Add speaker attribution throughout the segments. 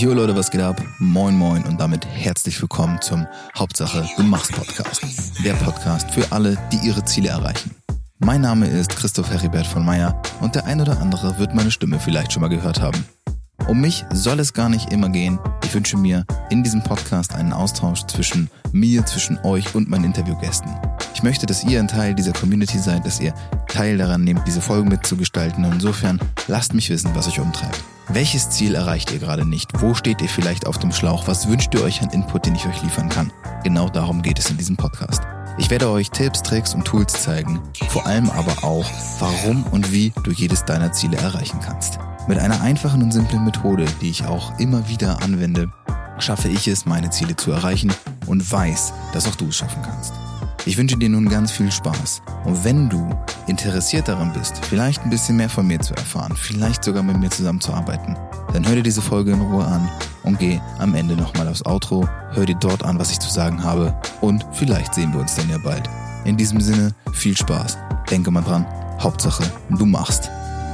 Speaker 1: Jo Leute, was geht ab? Moin moin und damit herzlich willkommen zum Hauptsache du machst Podcast. Der Podcast für alle, die ihre Ziele erreichen. Mein Name ist Christoph Heribert von Meyer und der ein oder andere wird meine Stimme vielleicht schon mal gehört haben. Um mich soll es gar nicht immer gehen. Ich wünsche mir in diesem Podcast einen Austausch zwischen mir, zwischen euch und meinen Interviewgästen. Ich möchte, dass ihr ein Teil dieser Community seid, dass ihr Teil daran nehmt, diese Folgen mitzugestalten. Und insofern lasst mich wissen, was euch umtreibt. Welches Ziel erreicht ihr gerade nicht? Wo steht ihr vielleicht auf dem Schlauch? Was wünscht ihr euch an Input, den ich euch liefern kann? Genau darum geht es in diesem Podcast. Ich werde euch Tipps, Tricks und Tools zeigen, vor allem aber auch, warum und wie du jedes deiner Ziele erreichen kannst. Mit einer einfachen und simplen Methode, die ich auch immer wieder anwende, schaffe ich es, meine Ziele zu erreichen und weiß, dass auch du es schaffen kannst. Ich wünsche dir nun ganz viel Spaß. Und wenn du interessiert daran bist, vielleicht ein bisschen mehr von mir zu erfahren, vielleicht sogar mit mir zusammenzuarbeiten, dann hör dir diese Folge in Ruhe an und geh am Ende nochmal aufs Outro, hör dir dort an, was ich zu sagen habe und vielleicht sehen wir uns dann ja bald. In diesem Sinne, viel Spaß. Denke mal dran, Hauptsache du machst.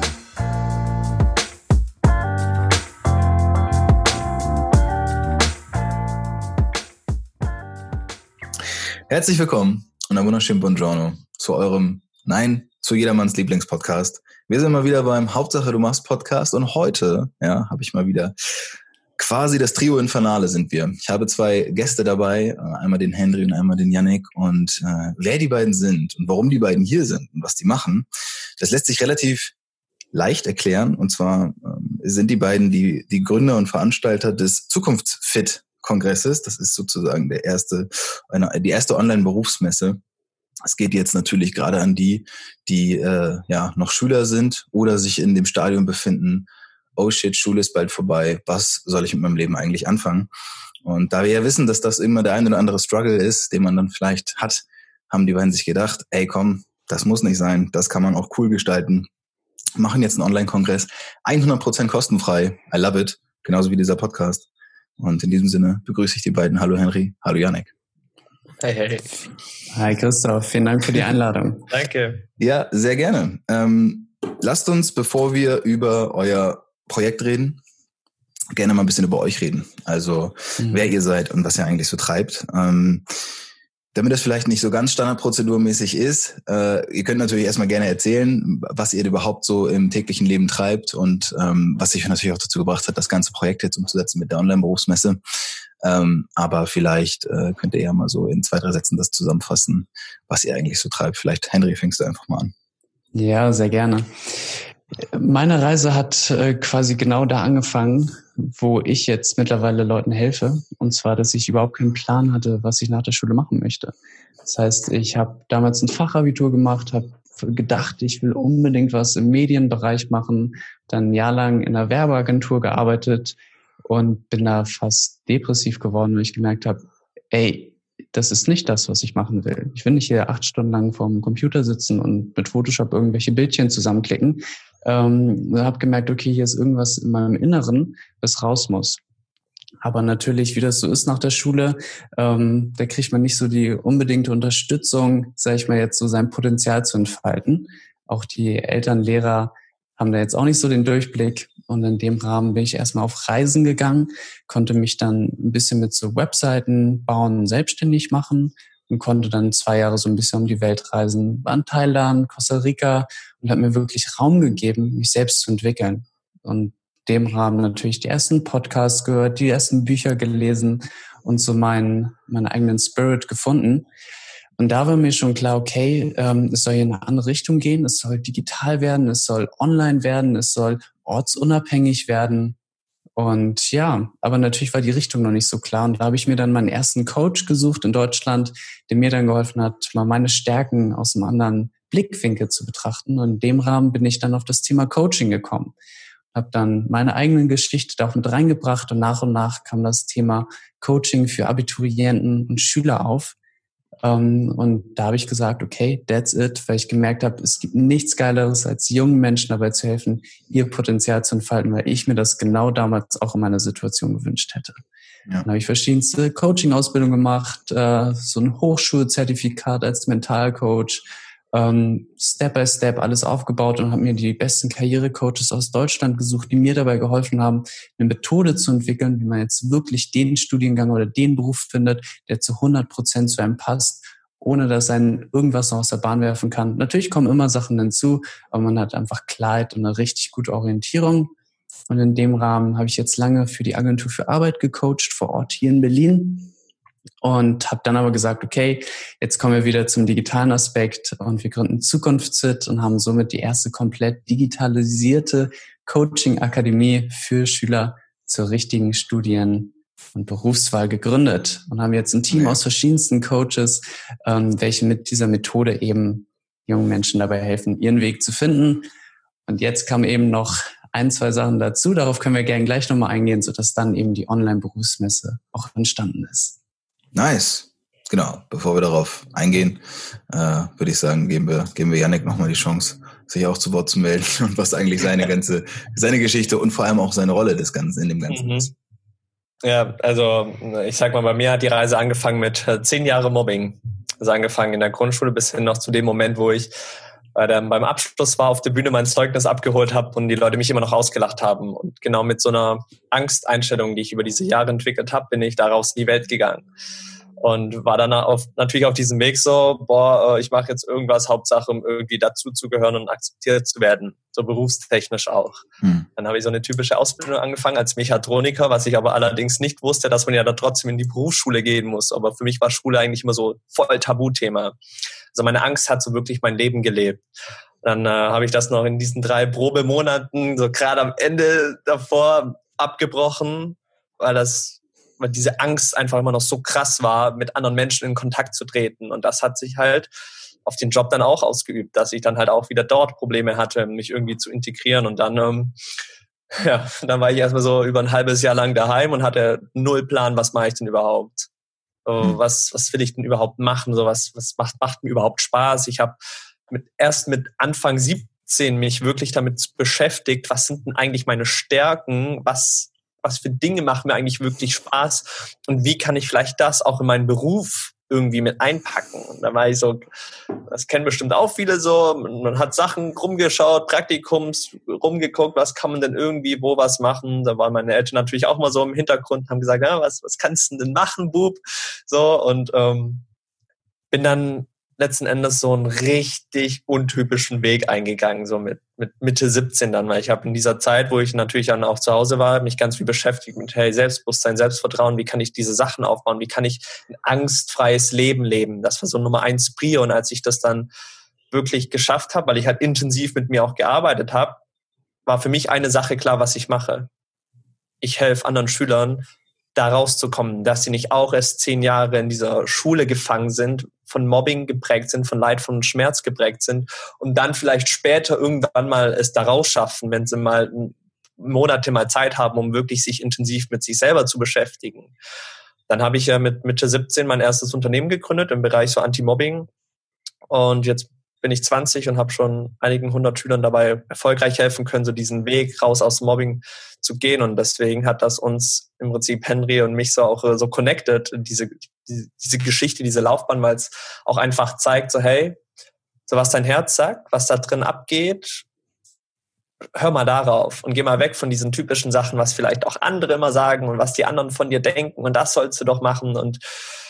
Speaker 1: Herzlich willkommen und ein wunderschönen Buongiorno zu jedermanns Lieblingspodcast. Wir sind mal wieder beim Hauptsache du machst Podcast und heute, habe ich mal wieder quasi das Trio Infernale sind wir. Ich habe zwei Gäste dabei, einmal den Henry und einmal den Yannick und wer die beiden sind und warum die beiden hier sind und was die machen, das lässt sich relativ leicht erklären und zwar sind die beiden die Gründer und Veranstalter des Zukunftsfit-Kongresses. Das ist sozusagen die erste Online-Berufsmesse. Es geht jetzt natürlich gerade an die noch Schüler sind oder sich in dem Stadium befinden, oh shit, Schule ist bald vorbei, was soll ich mit meinem Leben eigentlich anfangen? Und da wir ja wissen, dass das immer der ein oder andere Struggle ist, den man dann vielleicht hat, haben die beiden sich gedacht, ey komm, das muss nicht sein, das kann man auch cool gestalten. Machen jetzt einen Online-Kongress, 100% kostenfrei, I love it, genauso wie dieser Podcast. Und in diesem Sinne begrüße ich die beiden. Hallo Henry, hallo Yannick.
Speaker 2: Hi Harry.
Speaker 3: Hi Christoph, vielen Dank für die Einladung.
Speaker 2: Danke.
Speaker 1: Ja, sehr gerne. Lasst uns, bevor wir über euer Projekt reden, gerne mal ein bisschen über euch reden. Also wer ihr seid und was ihr eigentlich so treibt. Damit das vielleicht nicht so ganz standardprozedurmäßig ist, ihr könnt natürlich erstmal gerne erzählen, was ihr überhaupt so im täglichen Leben treibt und was sich natürlich auch dazu gebracht hat, das ganze Projekt jetzt umzusetzen mit der Online-Berufsmesse. Aber vielleicht könnt ihr ja mal so in 2-3 Sätzen das zusammenfassen, was ihr eigentlich so treibt. Vielleicht, Henry, fängst du einfach mal an.
Speaker 3: Ja, sehr gerne. Meine Reise hat quasi genau da angefangen, wo ich jetzt mittlerweile Leuten helfe. Und zwar, dass ich überhaupt keinen Plan hatte, was ich nach der Schule machen möchte. Das heißt, ich habe damals ein Fachabitur gemacht, habe gedacht, ich will unbedingt was im Medienbereich machen, dann ein Jahr lang in einer Werbeagentur gearbeitet und bin da fast depressiv geworden, weil ich gemerkt habe, ey, das ist nicht das, was ich machen will. Ich will nicht hier 8 Stunden lang vorm Computer sitzen und mit Photoshop irgendwelche Bildchen zusammenklicken. Habe gemerkt, okay, hier ist irgendwas in meinem Inneren, was raus muss. Aber natürlich, wie das so ist nach der Schule, da kriegt man nicht so die unbedingte Unterstützung, sage ich mal jetzt, so sein Potenzial zu entfalten. Auch die Eltern, Lehrer haben da jetzt auch nicht so den Durchblick. Und in dem Rahmen bin ich erstmal auf Reisen gegangen, konnte mich dann ein bisschen mit so Webseiten bauen, selbstständig machen und konnte dann 2 Jahre so ein bisschen um die Welt reisen, war in Thailand, Costa Rica und hat mir wirklich Raum gegeben, mich selbst zu entwickeln. Und in dem Rahmen natürlich die ersten Podcasts gehört, die ersten Bücher gelesen und so meinen eigenen Spirit gefunden. Und da war mir schon klar, okay, es soll hier in eine andere Richtung gehen, es soll digital werden, es soll online werden, es soll ortsunabhängig werden. Und ja, aber natürlich war die Richtung noch nicht so klar. Und da habe ich mir dann meinen ersten Coach gesucht in Deutschland, der mir dann geholfen hat, mal meine Stärken aus einem anderen Blickwinkel zu betrachten. Und in dem Rahmen bin ich dann auf das Thema Coaching gekommen. Habe dann meine eigene Geschichte da auch mit reingebracht und nach kam das Thema Coaching für Abiturienten und Schüler auf. Und da habe ich gesagt, okay, that's it, weil ich gemerkt habe, es gibt nichts Geileres, als jungen Menschen dabei zu helfen, ihr Potenzial zu entfalten, weil ich mir das genau damals auch in meiner Situation gewünscht hätte. Ja. Dann habe ich verschiedenste Coaching-Ausbildungen gemacht, so ein Hochschulzertifikat als Mentalcoach Step by Step alles aufgebaut und habe mir die besten Karrierecoaches aus Deutschland gesucht, die mir dabei geholfen haben, eine Methode zu entwickeln, wie man jetzt wirklich den Studiengang oder den Beruf findet, der zu 100% zu einem passt, ohne dass einen irgendwas noch aus der Bahn werfen kann. Natürlich kommen immer Sachen hinzu, aber man hat einfach Klarheit und eine richtig gute Orientierung. Und in dem Rahmen habe ich jetzt lange für die Agentur für Arbeit gecoacht, vor Ort hier in Berlin. Und habe dann aber gesagt, okay, jetzt kommen wir wieder zum digitalen Aspekt und wir gründen Zukunftszit und haben somit die erste komplett digitalisierte Coaching-Akademie für Schüler zur richtigen Studien- und Berufswahl gegründet und haben jetzt ein Team aus verschiedensten Coaches, welche mit dieser Methode eben jungen Menschen dabei helfen, ihren Weg zu finden. Und jetzt kamen eben noch 1-2 Sachen dazu. Darauf können wir gerne gleich nochmal eingehen, sodass dann eben die Online-Berufsmesse auch entstanden ist.
Speaker 1: Nice. Genau. Bevor wir darauf eingehen, würde ich sagen, geben wir Yannick nochmal die Chance, sich auch zu Wort zu melden und was eigentlich seine Geschichte und vor allem auch seine Rolle des Ganzen in dem Ganzen ist.
Speaker 2: Ja, also ich sag mal, bei mir hat die Reise angefangen mit 10 Jahre Mobbing. Also angefangen in der Grundschule bis hin noch zu dem Moment, wo ich beim Abschluss war, auf der Bühne mein Zeugnis abgeholt habe und die Leute mich immer noch ausgelacht haben. Und genau mit so einer Angsteinstellung, die ich über diese Jahre entwickelt habe, bin ich daraus in die Welt gegangen. Und war dann natürlich auf diesem Weg so, ich mache jetzt irgendwas, Hauptsache, um irgendwie dazuzugehören und akzeptiert zu werden, so berufstechnisch auch. Dann habe ich so eine typische Ausbildung angefangen als Mechatroniker, was ich aber allerdings nicht wusste, dass man ja da trotzdem in die Berufsschule gehen muss. Aber für mich war Schule eigentlich immer so voll Tabuthema. Also meine Angst hat so wirklich mein Leben gelebt. Dann habe ich das noch in diesen 3 Probemonaten, so gerade am Ende davor, abgebrochen, weil diese Angst einfach immer noch so krass war, mit anderen Menschen in Kontakt zu treten. Und das hat sich halt auf den Job dann auch ausgeübt, dass ich dann halt auch wieder dort Probleme hatte, mich irgendwie zu integrieren. Und dann, dann war ich erstmal so über ein halbes Jahr lang daheim und hatte null Plan, was mache ich denn überhaupt? Was will ich denn überhaupt machen? So, was macht mir überhaupt Spaß? Ich habe erst mit Anfang 17 mich wirklich damit beschäftigt, was sind denn eigentlich meine Stärken? Was für Dinge machen mir eigentlich wirklich Spaß? Und wie kann ich vielleicht das auch in meinen Beruf irgendwie mit einpacken? Und da war ich so, das kennen bestimmt auch viele so, man hat Sachen rumgeschaut, Praktikums rumgeguckt, was kann man denn irgendwie wo was machen? Da waren meine Eltern natürlich auch mal so im Hintergrund, haben gesagt, ja, was kannst du denn machen, Bub? So, und bin dann letzten Endes so einen richtig untypischen Weg eingegangen, so mit Mitte 17 dann, weil ich habe in dieser Zeit, wo ich natürlich dann auch zu Hause war, mich ganz viel beschäftigt mit Selbstbewusstsein, Selbstvertrauen, wie kann ich diese Sachen aufbauen, wie kann ich ein angstfreies Leben leben. Das war so Nummer 1 Prio. Und als ich das dann wirklich geschafft habe, weil ich halt intensiv mit mir auch gearbeitet habe, war für mich eine Sache klar, was ich mache. Ich helfe anderen Schülern, da rauszukommen, dass sie nicht auch erst 10 Jahre in dieser Schule gefangen sind, von Mobbing geprägt sind, von Leid, von Schmerz geprägt sind und dann vielleicht später irgendwann mal es da rausschaffen, wenn sie mal Monate mal Zeit haben, um wirklich sich intensiv mit sich selber zu beschäftigen. Dann habe ich ja mit Mitte 17 mein erstes Unternehmen gegründet im Bereich so Anti-Mobbing und jetzt bin ich 20 und habe schon einigen 100 Schülern dabei erfolgreich helfen können, so diesen Weg raus aus Mobbing zu gehen. Und deswegen hat das uns im Prinzip Henry und mich so auch so connected, diese Geschichte, diese Laufbahn, weil es auch einfach zeigt, so hey, so was dein Herz sagt, was da drin abgeht, hör mal darauf und geh mal weg von diesen typischen Sachen, was vielleicht auch andere immer sagen und was die anderen von dir denken und das sollst du doch machen und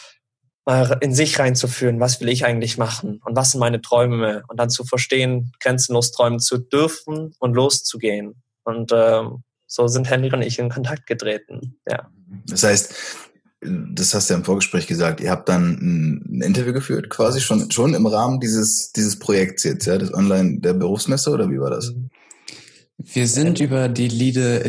Speaker 2: mal in sich reinzuführen, was will ich eigentlich machen und was sind meine Träume und dann zu verstehen, grenzenlos träumen zu dürfen und loszugehen. Und so sind Henry und ich in Kontakt getreten. Ja.
Speaker 1: Das heißt, das hast du ja im Vorgespräch gesagt, ihr habt dann ein Interview geführt, quasi schon im Rahmen dieses Projekts jetzt, ja, das Online der Berufsmesse, oder wie war das?
Speaker 3: Wir sind über die liebe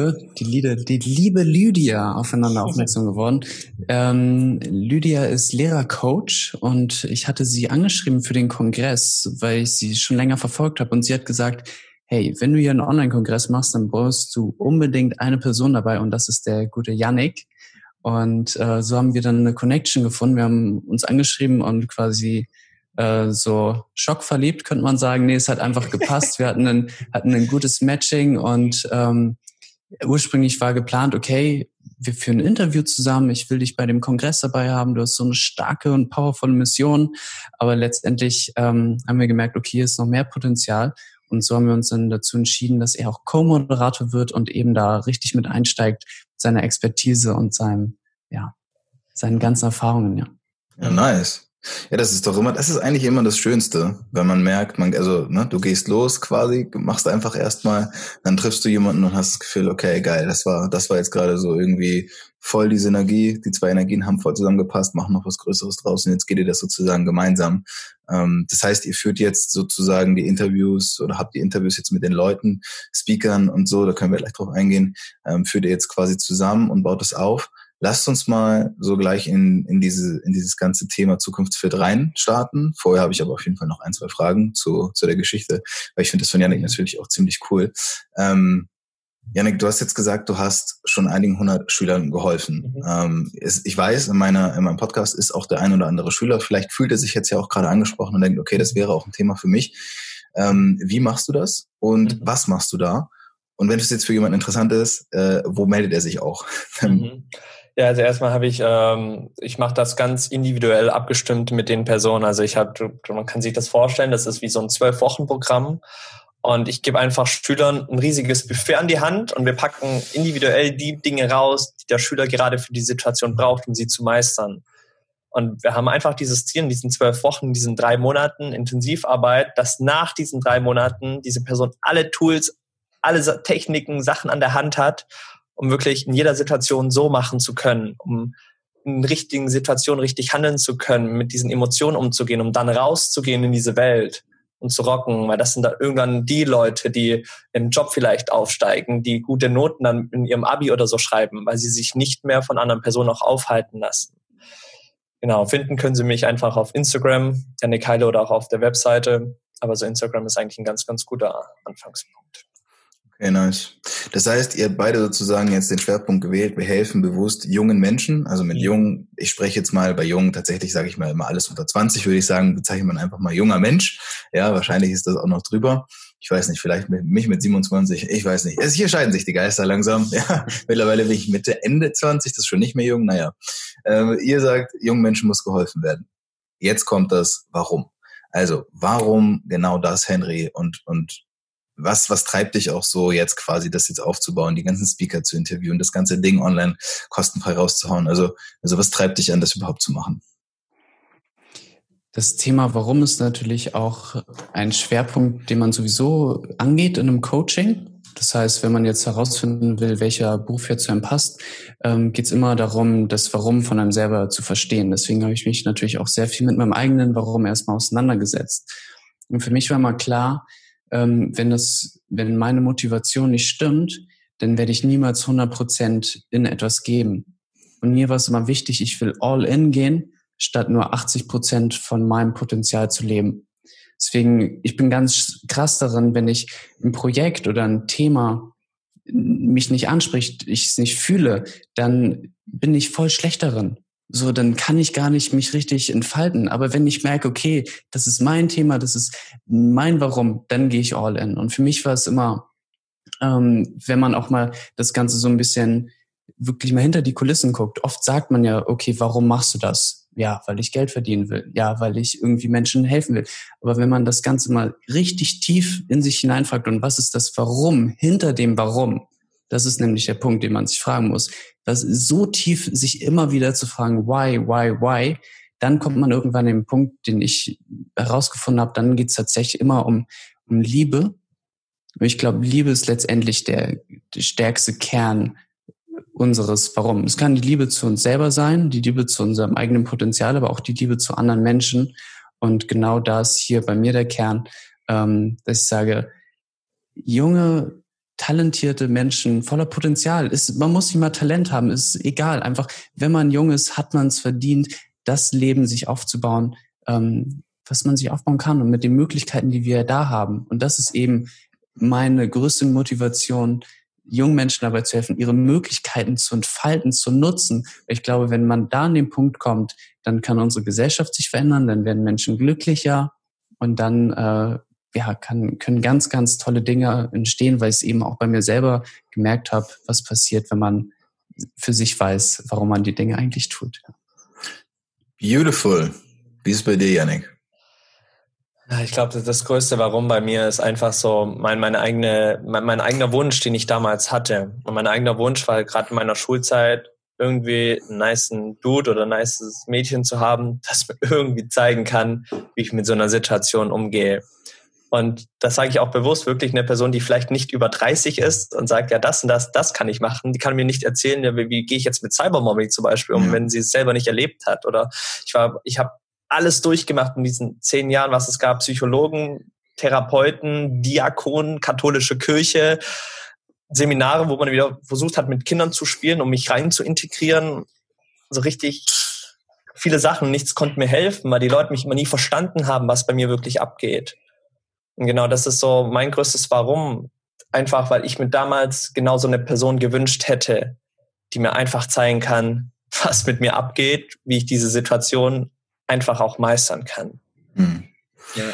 Speaker 3: Lydia aufeinander aufmerksam geworden. Lydia ist Lehrercoach und ich hatte sie angeschrieben für den Kongress, weil ich sie schon länger verfolgt habe und sie hat gesagt, hey, wenn du hier einen Online-Kongress machst, dann brauchst du unbedingt eine Person dabei und das ist der gute Yannick. Und so haben wir dann eine Connection gefunden. Wir haben uns angeschrieben und quasi so schockverliebt, könnte man sagen. Nee, es hat einfach gepasst. Wir hatten ein gutes Matching und ursprünglich war geplant, okay, wir führen ein Interview zusammen, ich will dich bei dem Kongress dabei haben, du hast so eine starke und powervolle Mission, aber letztendlich haben wir gemerkt, okay, hier ist noch mehr Potenzial und so haben wir uns dann dazu entschieden, dass er auch Co-Moderator wird und eben da richtig mit einsteigt, seine Expertise und seinen ganzen Erfahrungen, ja.
Speaker 1: Ja, nice. Ja, das ist eigentlich immer das Schönste, wenn man merkt, du gehst los quasi, machst einfach erstmal, dann triffst du jemanden und hast das Gefühl, okay, geil, das war jetzt gerade so irgendwie voll die Synergie, die zwei Energien haben voll zusammengepasst, machen noch was Größeres draus und jetzt geht ihr das sozusagen gemeinsam. Das heißt, ihr führt jetzt sozusagen die Interviews oder habt die Interviews jetzt mit den Leuten, Speakern und so, da können wir gleich drauf eingehen, führt ihr jetzt quasi zusammen und baut es auf. Lasst uns mal so gleich in dieses ganze Thema Zukunftsfit rein starten. Vorher habe ich aber auf jeden Fall noch 1, 2 Fragen zu der Geschichte, weil ich finde das von Yannick natürlich auch ziemlich cool. Yannick, du hast jetzt gesagt, du hast schon einigen 100 Schülern geholfen. Ich weiß, in meinem Podcast ist auch der ein oder andere Schüler, vielleicht fühlt er sich jetzt ja auch gerade angesprochen und denkt, okay, das wäre auch ein Thema für mich. Wie machst du das und was machst du da? Und wenn es jetzt für jemanden interessant ist, wo meldet er sich auch?
Speaker 2: Ja, also erstmal habe ich mache das ganz individuell abgestimmt mit den Personen. Also man kann sich das vorstellen, das ist wie so ein 12-Wochen-Programm. Und ich gebe einfach Schülern ein riesiges Buffet an die Hand und wir packen individuell die Dinge raus, die der Schüler gerade für die Situation braucht, um sie zu meistern. Und wir haben einfach dieses Ziel in diesen 12 Wochen, diesen 3 Monaten Intensivarbeit, dass nach diesen 3 Monaten diese Person alle Tools, alle Techniken, Sachen an der Hand hat, um wirklich in jeder Situation so machen zu können, um in richtigen Situationen richtig handeln zu können, mit diesen Emotionen umzugehen, um dann rauszugehen in diese Welt und zu rocken, weil das sind dann irgendwann die Leute, die im Job vielleicht aufsteigen, die gute Noten dann in ihrem Abi oder so schreiben, weil sie sich nicht mehr von anderen Personen auch aufhalten lassen. Genau, finden können Sie mich einfach auf Instagram, Yannick Heile oder auch auf der Webseite, aber so Instagram ist eigentlich ein ganz, ganz guter Anfangspunkt.
Speaker 1: Okay, nice. Das heißt, ihr habt beide sozusagen jetzt den Schwerpunkt gewählt, wir helfen bewusst jungen Menschen, also mit jungen, ich spreche jetzt mal bei jungen, tatsächlich sage ich mal immer alles unter 20, würde ich sagen, bezeichnet man einfach mal junger Mensch. Ja, wahrscheinlich ist das auch noch drüber. Ich weiß nicht, vielleicht mich mit 27, ich weiß nicht. Hier scheiden sich die Geister langsam. Ja, mittlerweile bin ich Mitte, Ende 20, das ist schon nicht mehr jung, naja. Ihr sagt, jungen Menschen muss geholfen werden. Jetzt kommt das Warum. Also, warum genau das, Henry, und was treibt dich auch so jetzt quasi, das jetzt aufzubauen, die ganzen Speaker zu interviewen, das ganze Ding online kostenfrei rauszuhauen? Also was treibt dich an, das überhaupt zu machen?
Speaker 3: Das Thema Warum ist natürlich auch ein Schwerpunkt, den man sowieso angeht in einem Coaching. Das heißt, wenn man jetzt herausfinden will, welcher Beruf jetzt zu einem passt, geht es immer darum, das Warum von einem selber zu verstehen. Deswegen habe ich mich natürlich auch sehr viel mit meinem eigenen Warum erstmal auseinandergesetzt. Und für mich war mal klar, wenn meine Motivation nicht stimmt, dann werde ich niemals 100% in etwas geben. Und mir war es immer wichtig, ich will all in gehen, statt nur 80% von meinem Potenzial zu leben. Deswegen, ich bin ganz krass darin, wenn ich ein Projekt oder ein Thema mich nicht anspricht, ich es nicht fühle, dann bin ich voll schlecht darin. So, dann kann ich gar nicht mich richtig entfalten. Aber wenn ich merke, okay, das ist mein Thema, das ist mein Warum, dann gehe ich all in. Und für mich war es immer, wenn man auch mal das Ganze so ein bisschen wirklich mal hinter die Kulissen guckt. Oft sagt man ja, okay, warum machst du das? Ja, weil ich Geld verdienen will. Ja, weil ich irgendwie Menschen helfen will. Aber wenn man das Ganze mal richtig tief in sich hineinfragt und was ist das Warum hinter dem Warum? Das ist nämlich der Punkt, den man sich fragen muss. Das ist so tief, sich immer wieder zu fragen, why? Dann kommt man irgendwann an den Punkt, den ich herausgefunden habe, dann geht es tatsächlich immer um Liebe. Und ich glaube, Liebe ist letztendlich der stärkste Kern unseres Warum. Es kann die Liebe zu uns selber sein, die Liebe zu unserem eigenen Potenzial, aber auch die Liebe zu anderen Menschen. Und genau da ist hier bei mir der Kern, dass ich sage, junge, talentierte Menschen voller Potenzial. Man muss nicht mal Talent haben, ist egal. Einfach, wenn man jung ist, hat man es verdient, das Leben sich aufzubauen, was man sich aufbauen kann und mit den Möglichkeiten, die wir da haben. Und das ist eben meine größte Motivation, jungen Menschen dabei zu helfen, ihre Möglichkeiten zu entfalten, zu nutzen. Ich glaube, wenn man da an den Punkt kommt, dann kann unsere Gesellschaft sich verändern, dann werden Menschen glücklicher und dann können ganz, ganz tolle Dinge entstehen, weil ich es eben auch bei mir selber gemerkt habe, was passiert, wenn man für sich weiß, warum man die Dinge eigentlich tut.
Speaker 1: Beautiful. Wie ist es bei dir, Yannick?
Speaker 2: Ja, ich glaube, das größte Warum bei mir ist einfach so mein eigener Wunsch, den ich damals hatte. Und mein eigener Wunsch war gerade in meiner Schulzeit, irgendwie einen nicen Dude oder ein nices Mädchen zu haben, das mir irgendwie zeigen kann, wie ich mit so einer Situation umgehe. Und das sage ich auch bewusst, wirklich eine Person, die vielleicht nicht über 30 ist und sagt, ja, das und das kann ich machen. Die kann mir nicht erzählen, ja, wie gehe ich jetzt mit Cybermobbing zum Beispiel um, wenn sie es selber nicht erlebt hat. Oder ich habe alles durchgemacht in diesen 10 Jahren, was es gab, Psychologen, Therapeuten, Diakonen, katholische Kirche, Seminare, wo man wieder versucht hat, mit Kindern zu spielen, um mich rein zu integrieren. So richtig viele Sachen, nichts konnte mir helfen, weil die Leute mich immer nie verstanden haben, was bei mir wirklich abgeht. Und genau das ist so mein größtes Warum. Einfach, weil ich mir damals genau so eine Person gewünscht hätte, die mir einfach zeigen kann, was mit mir abgeht, wie ich diese Situation einfach auch meistern kann. Ja.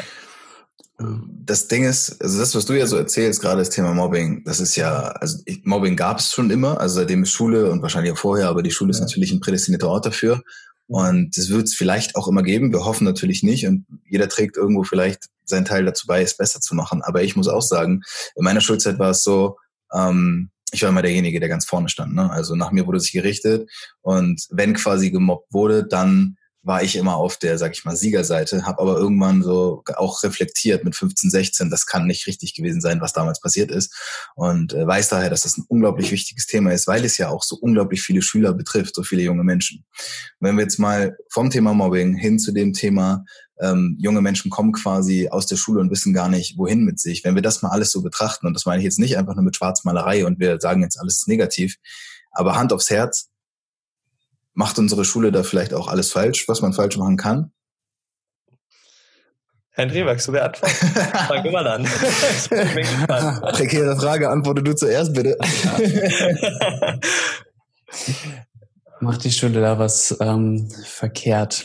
Speaker 1: Das Ding ist, also das, was du ja so erzählst, gerade das Thema Mobbing, das ist ja, also Mobbing gab es schon immer, also seitdem ist Schule und wahrscheinlich auch vorher, aber die Schule ist natürlich ein prädestinierter Ort dafür. Und das wird es vielleicht auch immer geben. Wir hoffen natürlich nicht und jeder trägt irgendwo vielleicht seinen Teil dazu bei, es besser zu machen. Aber ich muss auch sagen, in meiner Schulzeit war es so, ich war immer derjenige, der ganz vorne stand. Ne? Also nach mir wurde sich gerichtet und wenn quasi gemobbt wurde, dann war ich immer auf der, sag ich mal, Siegerseite, habe aber irgendwann so auch reflektiert mit 15, 16, das kann nicht richtig gewesen sein, was damals passiert ist und weiß daher, dass das ein unglaublich wichtiges Thema ist, weil es ja auch so unglaublich viele Schüler betrifft, so viele junge Menschen. Wenn wir jetzt mal vom Thema Mobbing hin zu dem Thema, junge Menschen kommen quasi aus der Schule und wissen gar nicht, wohin mit sich. Wenn wir das mal alles so betrachten, und das meine ich jetzt nicht einfach nur mit Schwarzmalerei und wir sagen jetzt alles ist negativ, aber Hand aufs Herz, macht unsere Schule da vielleicht auch alles falsch, was man falsch machen kann?
Speaker 2: Henry, magst du beantworten? Fang du mal an. Ich bin gespannt.
Speaker 1: Prekäre Frage, antworte du zuerst, bitte.
Speaker 3: Macht die Schule da was verkehrt?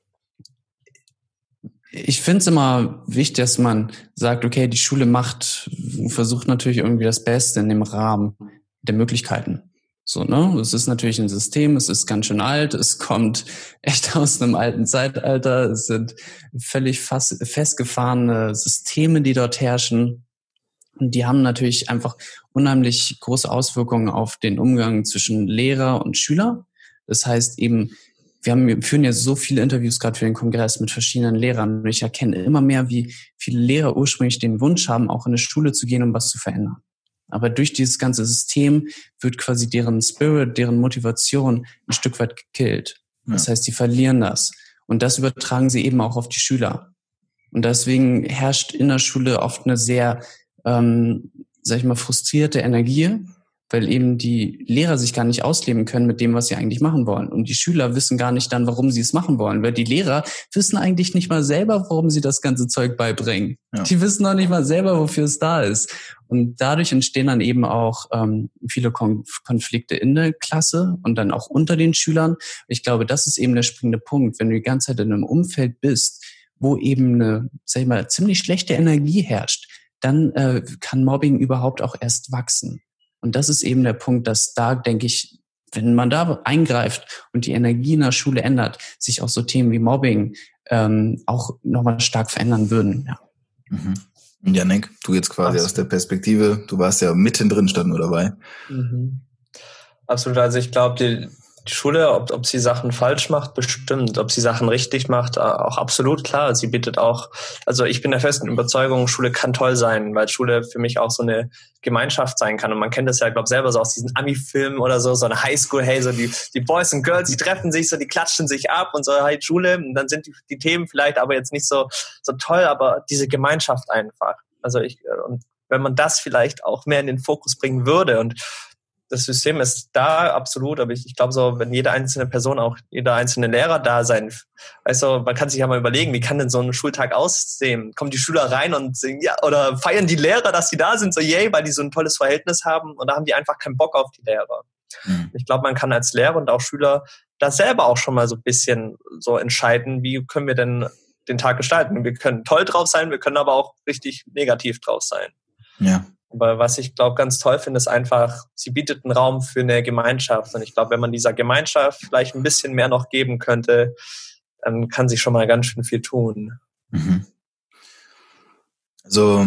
Speaker 3: Ich finde es immer wichtig, dass man sagt, okay, die Schule versucht natürlich irgendwie das Beste in dem Rahmen der Möglichkeiten. So, ne? Es ist natürlich ein System, es ist ganz schön alt, es kommt echt aus einem alten Zeitalter, es sind völlig festgefahrene Systeme, die dort herrschen. Und die haben natürlich einfach unheimlich große Auswirkungen auf den Umgang zwischen Lehrer und Schüler. Das heißt eben, wir führen ja so viele Interviews gerade für den Kongress mit verschiedenen Lehrern. Und ich erkenne immer mehr, wie viele Lehrer ursprünglich den Wunsch haben, auch in eine Schule zu gehen, um was zu verändern. Aber durch dieses ganze System wird quasi deren Spirit, deren Motivation ein Stück weit gekillt. Das heißt, die verlieren das. Und das übertragen sie eben auch auf die Schüler. Und deswegen herrscht in der Schule oft eine sehr, sag ich mal, frustrierte Energie, weil eben die Lehrer sich gar nicht ausleben können mit dem, was sie eigentlich machen wollen. Und die Schüler wissen gar nicht dann, warum sie es machen wollen, weil die Lehrer wissen eigentlich nicht mal selber, warum sie das ganze Zeug beibringen. Ja. Die wissen auch nicht mal selber, wofür es da ist. Und dadurch entstehen dann eben auch viele Konflikte in der Klasse und dann auch unter den Schülern. Ich glaube, das ist eben der springende Punkt. Wenn du die ganze Zeit in einem Umfeld bist, wo eben eine, sag ich mal, ziemlich schlechte Energie herrscht, dann kann Mobbing überhaupt auch erst wachsen. Und das ist eben der Punkt, dass da, denke ich, wenn man da eingreift und die Energie in der Schule ändert, sich auch so Themen wie Mobbing auch nochmal stark verändern würden. Ja.
Speaker 1: Mhm. Yannick, du jetzt quasi aus der Perspektive, du warst ja mittendrin, stand nur dabei.
Speaker 2: Mhm. Absolut, also ich glaube, die Schule, ob sie Sachen falsch macht, bestimmt. Ob sie Sachen richtig macht, auch absolut klar. Sie bietet auch, also ich bin der festen Überzeugung, Schule kann toll sein, weil Schule für mich auch so eine Gemeinschaft sein kann. Und man kennt das ja, glaube ich, selber so aus diesen Ami-Filmen oder so eine Highschool, hey, so die Boys und Girls, die treffen sich so, die klatschen sich ab und so halt Schule. Und dann sind die Themen vielleicht aber jetzt nicht so toll, aber diese Gemeinschaft einfach. Also und wenn man das vielleicht auch mehr in den Fokus bringen würde und das System ist da absolut, aber ich glaube so, wenn jede einzelne Person, auch jeder einzelne Lehrer da sein, weißt du, man kann sich ja mal überlegen, wie kann denn so ein Schultag aussehen? Kommen die Schüler rein und singen, ja, oder feiern die Lehrer, dass sie da sind, so yay, weil die so ein tolles Verhältnis haben und da haben die einfach keinen Bock auf die Lehrer. Mhm. Ich glaube, man kann als Lehrer und auch Schüler da selber auch schon mal so ein bisschen so entscheiden, wie können wir denn den Tag gestalten? Wir können toll drauf sein, wir können aber auch richtig negativ drauf sein.
Speaker 1: Ja.
Speaker 2: Aber was ich glaube ganz toll finde, ist einfach, sie bietet einen Raum für eine Gemeinschaft. Und ich glaube, wenn man dieser Gemeinschaft vielleicht ein bisschen mehr noch geben könnte, dann kann sie schon mal ganz schön viel tun.
Speaker 1: Mhm. Also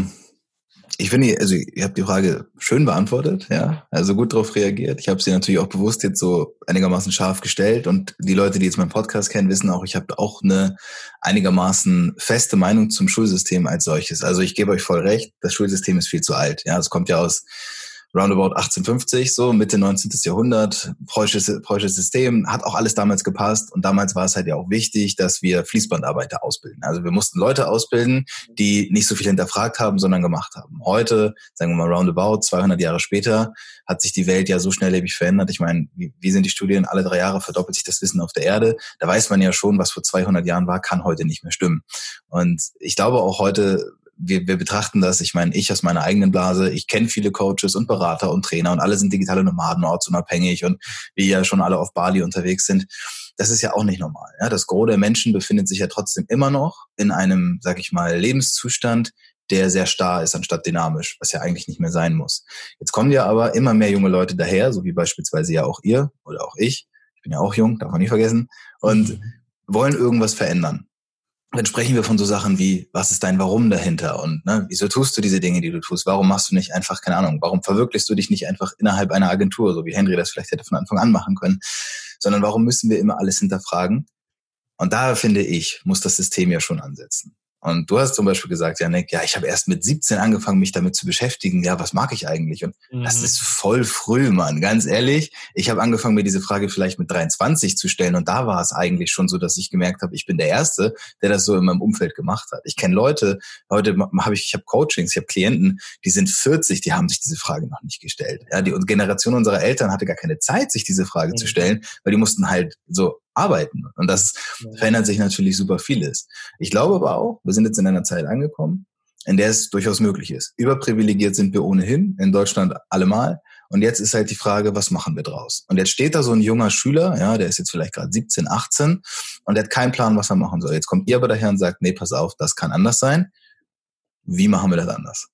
Speaker 1: ich finde, also ihr habt die Frage schön beantwortet, ja, also gut darauf reagiert. Ich habe sie natürlich auch bewusst jetzt so einigermaßen scharf gestellt und die Leute, die jetzt meinen Podcast kennen, wissen auch, ich habe auch eine einigermaßen feste Meinung zum Schulsystem als solches. Also ich gebe euch voll recht, das Schulsystem ist viel zu alt. Ja, es kommt ja aus roundabout 1850, so Mitte 19. Jahrhundert, preußisches System, hat auch alles damals gepasst und damals war es halt ja auch wichtig, dass wir Fließbandarbeiter ausbilden. Also wir mussten Leute ausbilden, die nicht so viel hinterfragt haben, sondern gemacht haben. Heute, sagen wir mal roundabout, 200 Jahre später, hat sich die Welt ja so schnelllebig verändert. Ich meine, wie sind die Studien? Alle 3 Jahre verdoppelt sich das Wissen auf der Erde. Da weiß man ja schon, was vor 200 Jahren war, kann heute nicht mehr stimmen. Und ich glaube auch heute, wir betrachten das, ich meine, ich aus meiner eigenen Blase, ich kenne viele Coaches und Berater und Trainer und alle sind digitale Nomaden, ortsunabhängig und wir ja schon alle auf Bali unterwegs sind. Das ist ja auch nicht normal. Ja? Das Gros der Menschen befindet sich ja trotzdem immer noch in einem, sag ich mal, Lebenszustand, der sehr starr ist, anstatt dynamisch, was ja eigentlich nicht mehr sein muss. Jetzt kommen ja aber immer mehr junge Leute daher, so wie beispielsweise ja auch ihr oder auch ich bin ja auch jung, darf man nicht vergessen, und wollen irgendwas verändern. Dann sprechen wir von so Sachen wie, was ist dein Warum dahinter und wieso tust du diese Dinge, die du tust? Warum machst du nicht einfach, keine Ahnung, warum verwirklichst du dich nicht einfach innerhalb einer Agentur, so wie Henry das vielleicht hätte von Anfang an machen können, sondern warum müssen wir immer alles hinterfragen? Und da, finde ich, muss das System ja schon ansetzen. Und du hast zum Beispiel gesagt, Janek, ja, ich habe erst mit 17 angefangen, mich damit zu beschäftigen. Ja, was mag ich eigentlich? Und das ist voll früh, Mann. Ganz ehrlich, ich habe angefangen, mir diese Frage vielleicht mit 23 zu stellen. Und da war es eigentlich schon so, dass ich gemerkt habe, ich bin der Erste, der das so in meinem Umfeld gemacht hat. Ich kenne Leute, heute habe ich habe Coachings, ich habe Klienten, die sind 40, die haben sich diese Frage noch nicht gestellt. Ja, die Generation unserer Eltern hatte gar keine Zeit, sich diese Frage zu stellen, weil die mussten halt so arbeiten. Und das verändert sich natürlich super vieles. Ich glaube aber auch, wir sind jetzt in einer Zeit angekommen, in der es durchaus möglich ist. Überprivilegiert sind wir ohnehin, in Deutschland allemal. Und jetzt ist halt die Frage, was machen wir draus? Und jetzt steht da so ein junger Schüler, ja, der ist jetzt vielleicht gerade 17, 18 und der hat keinen Plan, was er machen soll. Jetzt kommt ihr aber daher und sagt, nee, pass auf, das kann anders sein. Wie machen wir das anders?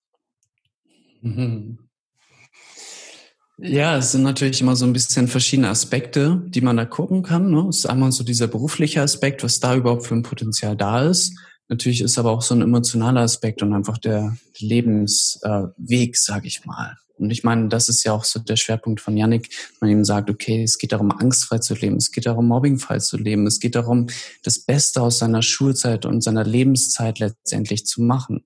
Speaker 3: Ja, es sind natürlich immer so ein bisschen verschiedene Aspekte, die man da gucken kann. Ne? Es ist einmal so dieser berufliche Aspekt, was da überhaupt für ein Potenzial da ist. Natürlich ist aber auch so ein emotionaler Aspekt und einfach der Lebensweg, sage ich mal. Und ich meine, das ist ja auch so der Schwerpunkt von Yannick, man ihm sagt, okay, es geht darum, angstfrei zu leben, es geht darum, mobbingfrei zu leben, es geht darum, das Beste aus seiner Schulzeit und seiner Lebenszeit letztendlich zu machen.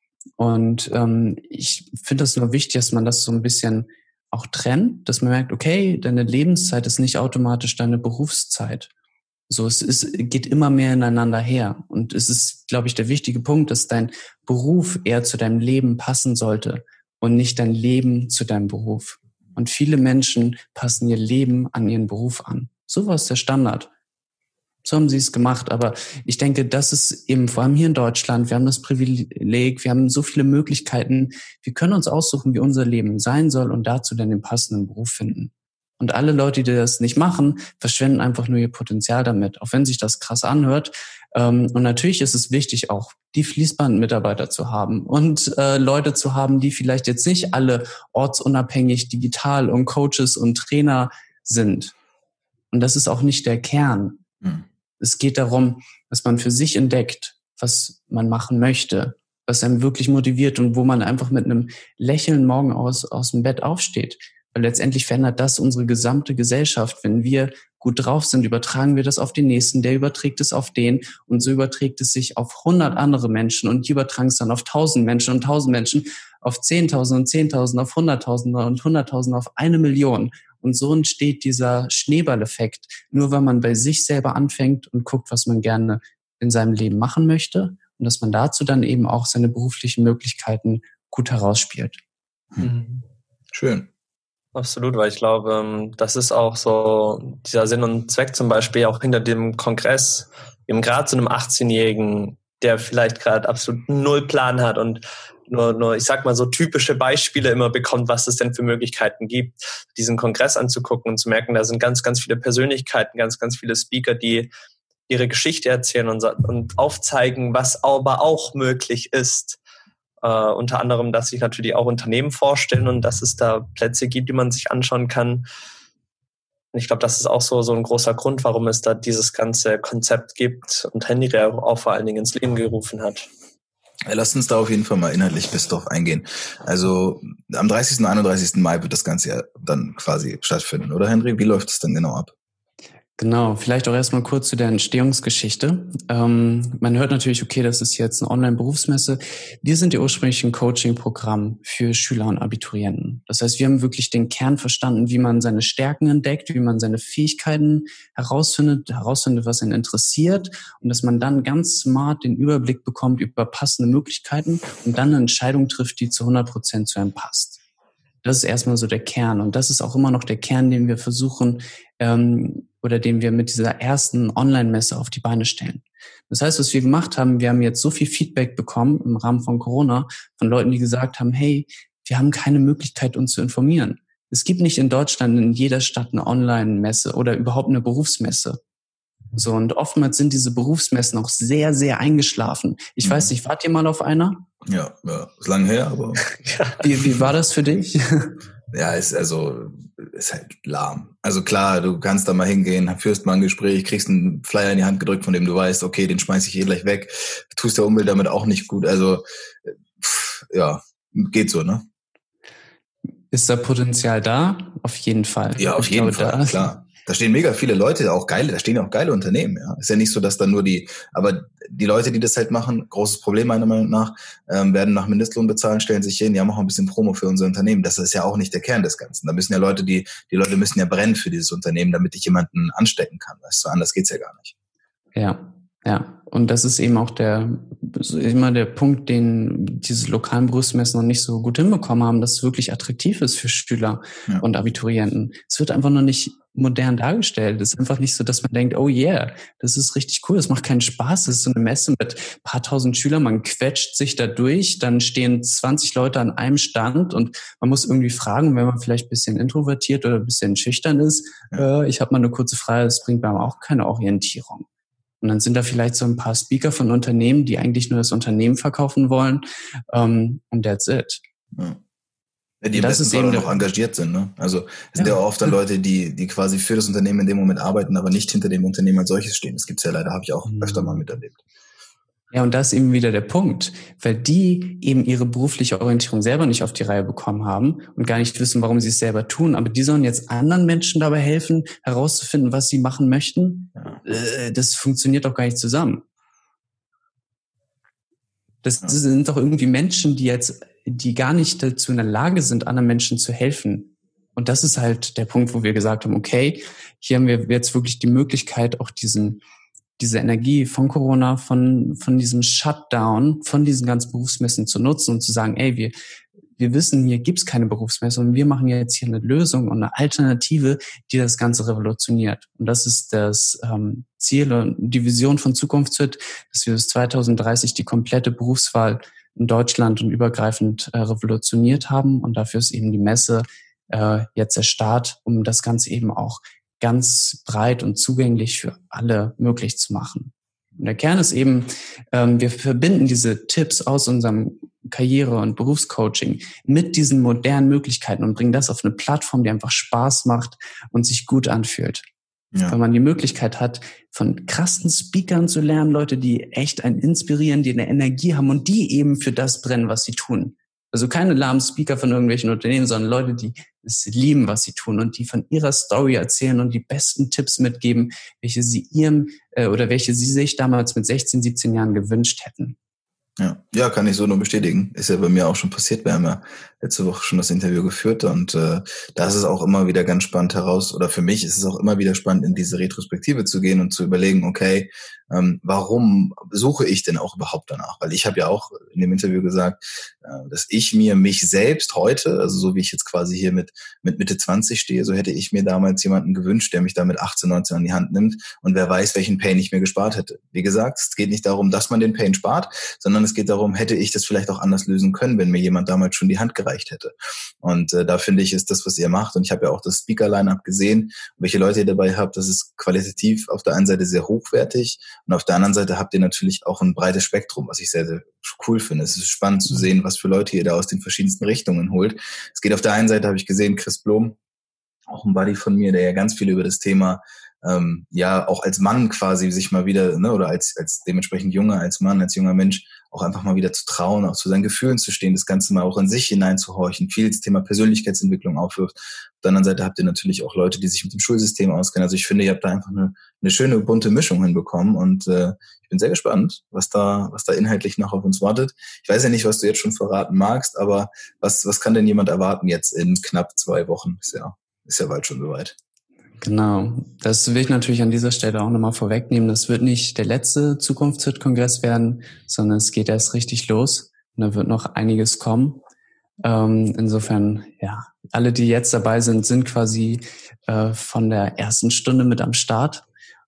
Speaker 3: Und ich finde das nur wichtig, dass man das so ein bisschen auch trennt, dass man merkt, okay, deine Lebenszeit ist nicht automatisch deine Berufszeit. So, geht immer mehr ineinander her. Und es ist, glaube ich, der wichtige Punkt, dass dein Beruf eher zu deinem Leben passen sollte und nicht dein Leben zu deinem Beruf. Und viele Menschen passen ihr Leben an ihren Beruf an. So war es der Standard. So haben sie es gemacht. Aber ich denke, das ist eben vor allem hier in Deutschland, wir haben das Privileg, wir haben so viele Möglichkeiten. Wir können uns aussuchen, wie unser Leben sein soll und dazu dann den passenden Beruf finden. Und alle Leute, die das nicht machen, verschwenden einfach nur ihr Potenzial damit, auch wenn sich das krass anhört. Und natürlich ist es wichtig, auch die Fließbandmitarbeiter zu haben und Leute zu haben, die vielleicht jetzt nicht alle ortsunabhängig digital und Coaches und Trainer sind. Und das ist auch nicht der Kern. Es geht darum, dass man für sich entdeckt, was man machen möchte, was einem wirklich motiviert und wo man einfach mit einem Lächeln morgen aus dem Bett aufsteht. Weil letztendlich verändert das unsere gesamte Gesellschaft. Wenn wir gut drauf sind, übertragen wir das auf den Nächsten, der überträgt es auf den und so überträgt es sich auf 100 andere Menschen und die übertragen es dann auf 1000 Menschen und 1000 Menschen auf 10.000 und 10.000 auf 100.000 und 100.000 auf 1 Million. Und so entsteht dieser Schneeballeffekt, nur weil man bei sich selber anfängt und guckt, was man gerne in seinem Leben machen möchte und dass man dazu dann eben auch seine beruflichen Möglichkeiten gut herausspielt.
Speaker 1: Schön.
Speaker 2: Absolut, weil ich glaube, das ist auch so dieser Sinn und Zweck zum Beispiel auch hinter dem Kongress, eben gerade so einem 18-Jährigen, der vielleicht gerade absolut null Plan hat und nur, ich sag mal, so typische Beispiele immer bekommt, was es denn für Möglichkeiten gibt, diesen Kongress anzugucken und zu merken, da sind ganz, ganz viele Persönlichkeiten, ganz, ganz viele Speaker, die ihre Geschichte erzählen und aufzeigen, was aber auch möglich ist. Unter anderem, dass sich natürlich auch Unternehmen vorstellen und dass es da Plätze gibt, die man sich anschauen kann. Und ich glaube, das ist auch so ein großer Grund, warum es da dieses ganze Konzept gibt und Henry auch vor allen Dingen ins Leben gerufen hat.
Speaker 1: Ja, lasst uns da auf jeden Fall mal inhaltlich bis drauf eingehen. Also am 30. und 31. Mai wird das Ganze ja dann quasi stattfinden, oder Henry? Wie läuft es denn genau ab?
Speaker 3: Genau, vielleicht auch erstmal kurz zu der Entstehungsgeschichte. Man hört natürlich, okay, das ist jetzt eine Online-Berufsmesse. Wir sind ja ursprünglich ein Coaching-Programm für Schüler und Abiturienten. Das heißt, wir haben wirklich den Kern verstanden, wie man seine Stärken entdeckt, wie man seine Fähigkeiten herausfindet, was einen interessiert und dass man dann ganz smart den Überblick bekommt über passende Möglichkeiten und dann eine Entscheidung trifft, die zu 100% zu einem passt. Das ist erstmal so der Kern und das ist auch immer noch der Kern, den wir versuchen oder den wir mit dieser ersten Online-Messe auf die Beine stellen. Das heißt, was wir gemacht haben, wir haben jetzt so viel Feedback bekommen im Rahmen von Corona von Leuten, die gesagt haben, hey, wir haben keine Möglichkeit, uns zu informieren. Es gibt nicht in Deutschland in jeder Stadt eine Online-Messe oder überhaupt eine Berufsmesse. So, und oftmals sind diese Berufsmessen auch sehr, sehr eingeschlafen. Ich weiß nicht, wart ihr mal auf einer?
Speaker 1: Ja, ist lange her, aber...
Speaker 3: Wie war das für dich?
Speaker 1: Ja, ist halt lahm. Also klar, du kannst da mal hingehen, führst mal ein Gespräch, kriegst einen Flyer in die Hand gedrückt, von dem du weißt, okay, den schmeiß ich gleich weg, tust der Umwelt damit auch nicht gut. Also ja, geht so, ne?
Speaker 3: Ist da Potenzial da? Auf jeden Fall.
Speaker 1: Ja, auf jeden Fall, klar. Da stehen mega viele Leute, da stehen ja auch geile Unternehmen, ja. Ist ja nicht so, dass da nur aber die Leute, die das halt machen, großes Problem meiner Meinung nach, werden nach Mindestlohn bezahlen, stellen sich hin, ja, machen ein bisschen Promo für unser Unternehmen. Das ist ja auch nicht der Kern des Ganzen. Da müssen ja Leute, die Leute müssen ja brennen für dieses Unternehmen, damit ich jemanden anstecken kann. Weißt du, anders geht's ja gar nicht.
Speaker 3: Ja. Und das ist eben auch immer der Punkt, den diese lokalen Berufsmessen noch nicht so gut hinbekommen haben, dass es wirklich attraktiv ist für Schüler und Abiturienten. Es wird einfach noch nicht modern dargestellt. Es ist einfach nicht so, dass man denkt, oh yeah, das ist richtig cool, das macht keinen Spaß. Das ist so eine Messe mit ein paar tausend Schülern, man quetscht sich da durch, dann stehen 20 Leute an einem Stand und man muss irgendwie fragen, wenn man vielleicht ein bisschen introvertiert oder ein bisschen schüchtern ist, ich habe mal eine kurze Frage, das bringt mir aber auch keine Orientierung. Und dann sind da vielleicht so ein paar Speaker von Unternehmen, die eigentlich nur das Unternehmen verkaufen wollen. Und that's it.
Speaker 1: Ja. Ja, die besten Fall noch engagiert sind, ne? Also es sind ja auch oft dann Leute, die quasi für das Unternehmen in dem Moment arbeiten, aber nicht hinter dem Unternehmen als solches stehen. Das gibt's ja leider, habe ich auch öfter mal miterlebt.
Speaker 3: Ja, und das ist eben wieder der Punkt, weil die eben ihre berufliche Orientierung selber nicht auf die Reihe bekommen haben und gar nicht wissen, warum sie es selber tun. Aber die sollen jetzt anderen Menschen dabei helfen, herauszufinden, was sie machen möchten. Das funktioniert doch gar nicht zusammen. Das sind doch irgendwie Menschen, die gar nicht dazu in der Lage sind, anderen Menschen zu helfen. Und das ist halt der Punkt, wo wir gesagt haben, okay, hier haben wir jetzt wirklich die Möglichkeit, auch diese Energie von Corona, von diesem Shutdown, von diesen ganzen Berufsmessen zu nutzen und zu sagen, ey, wir wissen, hier gibt's keine Berufsmesse und wir machen jetzt hier eine Lösung und eine Alternative, die das Ganze revolutioniert. Und das ist das Ziel und die Vision von Zukunftsfit, dass wir bis 2030 die komplette Berufswahl in Deutschland und übergreifend revolutioniert haben. Und dafür ist eben die Messe jetzt der Start, um das Ganze eben auch ganz breit und zugänglich für alle möglich zu machen. Und der Kern ist eben, wir verbinden diese Tipps aus unserem Karriere- und Berufscoaching mit diesen modernen Möglichkeiten und bringen das auf eine Plattform, die einfach Spaß macht und sich gut anfühlt. Ja. Wenn man die Möglichkeit hat, von krassen Speakern zu lernen, Leute, die echt einen inspirieren, die eine Energie haben und die eben für das brennen, was sie tun. Also keine lahmen Speaker von irgendwelchen Unternehmen, sondern Leute, die es lieben, was sie tun und die von ihrer Story erzählen und die besten Tipps mitgeben, welche sie welche sie sich damals mit 16, 17 Jahren gewünscht hätten.
Speaker 1: Ja, kann ich so nur bestätigen. Ist ja bei mir auch schon passiert. Wir haben ja letzte Woche schon das Interview geführt und da ist es auch immer wieder ganz spannend oder für mich ist es auch immer wieder spannend, in diese Retrospektive zu gehen und zu überlegen, okay, warum suche ich denn auch überhaupt danach? Weil ich habe ja auch in dem Interview gesagt, dass ich mich selbst heute, also so wie ich jetzt quasi hier mit Mitte 20 stehe, so hätte ich mir damals jemanden gewünscht, der mich da mit 18, 19 an die Hand nimmt und wer weiß, welchen Pain ich mir gespart hätte. Wie gesagt, es geht nicht darum, dass man den Pain spart, sondern es geht darum, hätte ich das vielleicht auch anders lösen können, wenn mir jemand damals schon die Hand gereicht hätte. Und da finde ich, ist das, was ihr macht, und ich habe ja auch das Speaker-Line-Up gesehen, welche Leute ihr dabei habt, das ist qualitativ auf der einen Seite sehr hochwertig und auf der anderen Seite habt ihr natürlich auch ein breites Spektrum, was ich sehr, sehr cool finde. Es ist spannend zu sehen, was für Leute ihr da aus den verschiedensten Richtungen holt. Es geht auf der einen Seite, habe ich gesehen, Chris Blom, auch ein Buddy von mir, der ja ganz viel über das Thema auch als Mann quasi sich mal wieder, ne, oder als dementsprechend als Mann, als junger Mensch auch einfach mal wieder zu trauen, auch zu seinen Gefühlen zu stehen, das Ganze mal auch in sich hineinzuhorchen, viel das Thema Persönlichkeitsentwicklung aufwirft. Auf der anderen Seite habt ihr natürlich auch Leute, die sich mit dem Schulsystem auskennen. Also ich finde, ihr habt da einfach eine schöne, bunte Mischung hinbekommen und ich bin sehr gespannt, was da inhaltlich noch auf uns wartet. Ich weiß ja nicht, was du jetzt schon verraten magst, aber was kann denn jemand erwarten jetzt in knapp 2 Wochen? Ist ja bald schon soweit.
Speaker 3: Genau, das will ich natürlich an dieser Stelle auch nochmal vorwegnehmen. Das wird nicht der letzte Zukunftshit-Kongress werden, sondern es geht erst richtig los und da wird noch einiges kommen. Insofern, ja, alle, die jetzt dabei sind quasi von der ersten Stunde mit am Start.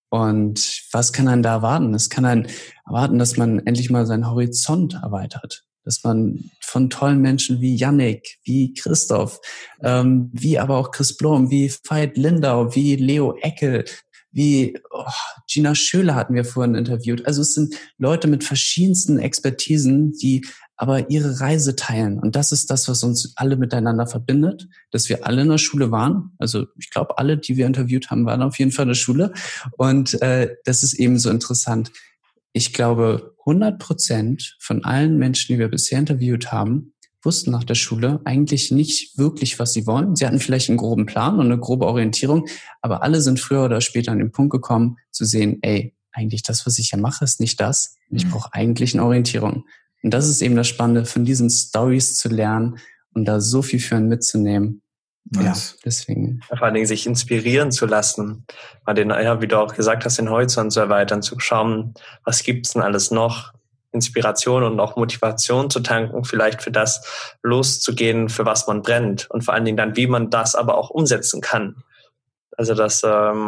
Speaker 3: Und was kann einen da erwarten? Es kann einen erwarten, dass man endlich mal seinen Horizont erweitert. Dass man von tollen Menschen wie Yannick, wie Christoph, wie aber auch Chris Blom, wie Veit Lindau, wie Leo Eckel, wie Gina Schöler hatten wir vorhin interviewt. Also es sind Leute mit verschiedensten Expertisen, die aber ihre Reise teilen. Und das ist das, was uns alle miteinander verbindet, dass wir alle in der Schule waren. Also ich glaube, alle, die wir interviewt haben, waren auf jeden Fall in der Schule. Und das ist eben so interessant. Ich glaube, 100% von allen Menschen, die wir bisher interviewt haben, wussten nach der Schule eigentlich nicht wirklich, was sie wollen. Sie hatten vielleicht einen groben Plan und eine grobe Orientierung, aber alle sind früher oder später an den Punkt gekommen, zu sehen, eigentlich das, was ich hier mache, ist nicht das. Ich brauche eigentlich eine Orientierung. Und das ist eben das Spannende, von diesen Stories zu lernen und da so viel für einen mitzunehmen. Nice. Ja, deswegen.
Speaker 2: Vor allen Dingen sich inspirieren zu lassen, mal wie du auch gesagt hast, den Horizont zu erweitern, zu schauen, was gibt's denn alles noch? Inspiration und auch Motivation zu tanken, vielleicht für das loszugehen, für was man brennt und vor allen Dingen dann, wie man das aber auch umsetzen kann. Also das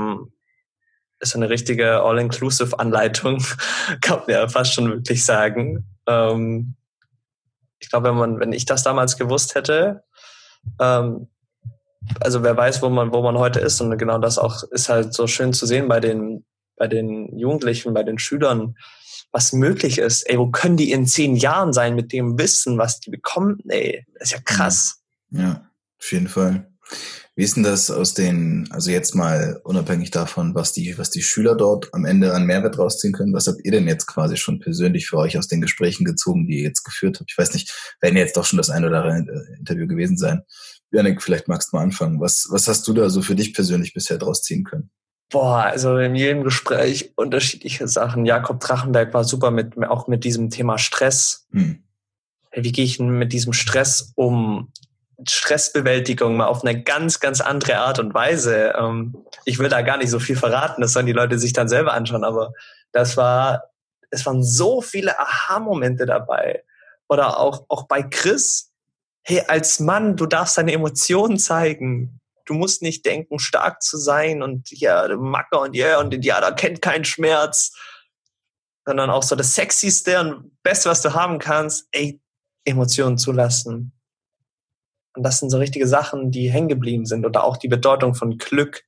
Speaker 2: ist eine richtige All-Inclusive-Anleitung, kann man ja fast schon wirklich sagen. Ich glaube, wenn ich das damals gewusst hätte, also wer weiß, wo man heute ist, und genau das auch ist halt so schön zu sehen bei den Jugendlichen, bei den Schülern, was möglich ist. Wo können die in 10 Jahren sein mit dem Wissen, was die bekommen? Das ist ja krass.
Speaker 1: Ja, auf jeden Fall. Wie ist denn das also jetzt mal unabhängig davon, was die Schüler dort am Ende an Mehrwert rausziehen können, was habt ihr denn jetzt quasi schon persönlich für euch aus den Gesprächen gezogen, die ihr jetzt geführt habt? Ich weiß nicht, werden jetzt doch schon das ein oder andere Interview gewesen sein. Janik, vielleicht magst du mal anfangen. Was hast du da so für dich persönlich bisher draus ziehen können?
Speaker 2: Also in jedem Gespräch unterschiedliche Sachen. Jakob Drachenberg war super auch mit diesem Thema Stress. Wie gehe ich denn mit diesem Stress um? Stressbewältigung mal auf eine ganz, ganz andere Art und Weise. Ich will da gar nicht so viel verraten, das sollen die Leute sich dann selber anschauen, aber es waren so viele Aha-Momente dabei. Oder auch bei Chris. Hey, als Mann, du darfst deine Emotionen zeigen. Du musst nicht denken, stark zu sein und ja, Macker und da kennt keinen Schmerz. Sondern auch so das Sexyste und Beste, was du haben kannst, Emotionen zulassen. Und das sind so richtige Sachen, die hängen geblieben sind. Oder auch die Bedeutung von Glück.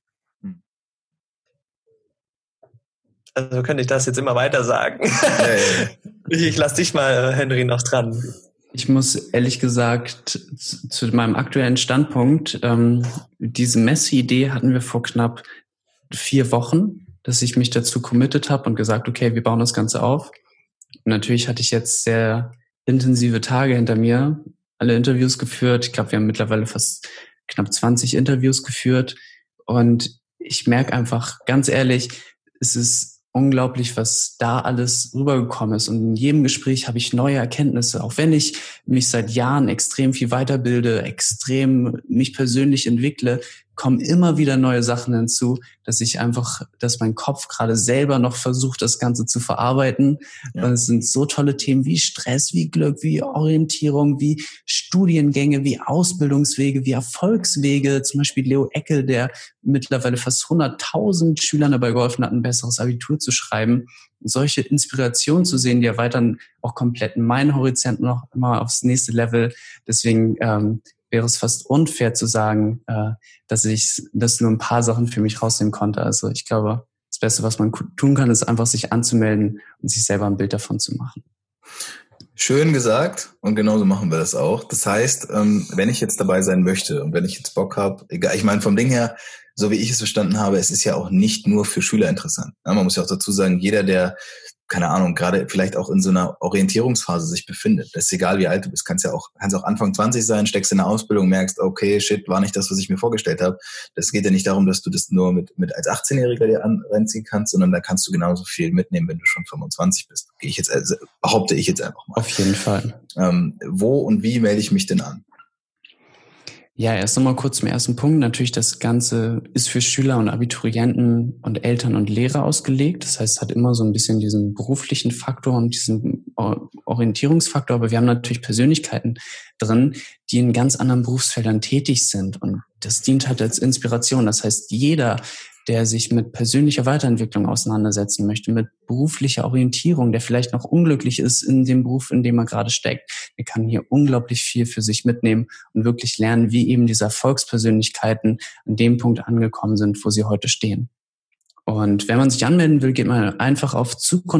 Speaker 2: Also könnte ich das jetzt immer weiter sagen. Ich lass dich mal, Henry, noch dran.
Speaker 3: Ich muss ehrlich gesagt zu meinem aktuellen Standpunkt, diese Messe-Idee hatten wir vor knapp 4 Wochen, dass ich mich dazu committed habe und gesagt, okay, wir bauen das Ganze auf. Und natürlich hatte ich jetzt sehr intensive Tage hinter mir, alle Interviews geführt. Ich glaube, wir haben mittlerweile fast knapp 20 Interviews geführt. Und ich merke einfach, ganz ehrlich, es ist unglaublich, was da alles rübergekommen ist. Und in jedem Gespräch habe ich neue Erkenntnisse. Auch wenn ich mich seit Jahren extrem viel weiterbilde, extrem mich persönlich entwickle, kommen immer wieder neue Sachen hinzu, dass mein Kopf gerade selber noch versucht, das Ganze zu verarbeiten. Ja. Und es sind so tolle Themen wie Stress, wie Glück, wie Orientierung, wie Studiengänge, wie Ausbildungswege, wie Erfolgswege. Zum Beispiel Leo Eckel, der mittlerweile fast 100.000 Schülern dabei geholfen hat, ein besseres Abitur zu schreiben. Solche Inspirationen zu sehen, die erweitern auch komplett meinen Horizont noch immer aufs nächste Level. Deswegen wäre es fast unfair zu sagen, dass nur ein paar Sachen für mich rausnehmen konnte. Also ich glaube, das Beste, was man tun kann, ist einfach sich anzumelden und sich selber ein Bild davon zu machen.
Speaker 1: Schön gesagt, und genauso machen wir das auch. Das heißt, wenn ich jetzt dabei sein möchte und wenn ich jetzt Bock habe, egal, ich meine vom Ding her, so wie ich es verstanden habe, es ist ja auch nicht nur für Schüler interessant. Ja, man muss ja auch dazu sagen, jeder, der, keine Ahnung, gerade vielleicht auch in so einer Orientierungsphase sich befindet, das ist egal, wie alt du bist, kannst auch Anfang 20 sein, steckst in der Ausbildung, merkst, okay, shit, war nicht das, was ich mir vorgestellt habe. Das geht ja nicht darum, dass du das nur mit als 18-Jähriger dir reinziehen kannst, sondern da kannst du genauso viel mitnehmen, wenn du schon 25 bist. Behaupte ich jetzt einfach mal.
Speaker 3: Auf jeden Fall.
Speaker 1: Wo und wie melde ich mich denn an?
Speaker 3: Ja, erst nochmal kurz zum ersten Punkt. Natürlich, das Ganze ist für Schüler und Abiturienten und Eltern und Lehrer ausgelegt. Das heißt, es hat immer so ein bisschen diesen beruflichen Faktor und diesen Orientierungsfaktor. Aber wir haben natürlich Persönlichkeiten drin, die in ganz anderen Berufsfeldern tätig sind. Und das dient halt als Inspiration. Das heißt, jeder, der sich mit persönlicher Weiterentwicklung auseinandersetzen möchte, mit beruflicher Orientierung, der vielleicht noch unglücklich ist in dem Beruf, in dem er gerade steckt, der kann hier unglaublich viel für sich mitnehmen und wirklich lernen, wie eben diese Erfolgspersönlichkeiten an dem Punkt angekommen sind, wo sie heute stehen. Und wenn man sich anmelden will, geht man einfach auf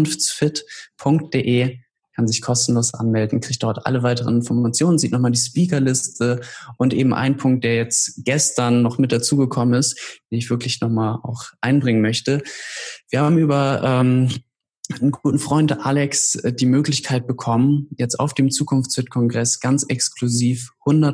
Speaker 3: zukunftsfit.de, kann sich kostenlos anmelden, kriegt dort alle weiteren Informationen, sieht nochmal die Speakerliste und eben ein Punkt, der jetzt gestern noch mit dazugekommen ist, den ich wirklich nochmal auch einbringen möchte. Wir haben über einen guten Freund Alex die Möglichkeit bekommen, jetzt auf dem Zukunftsfit-Kongress ganz exklusiv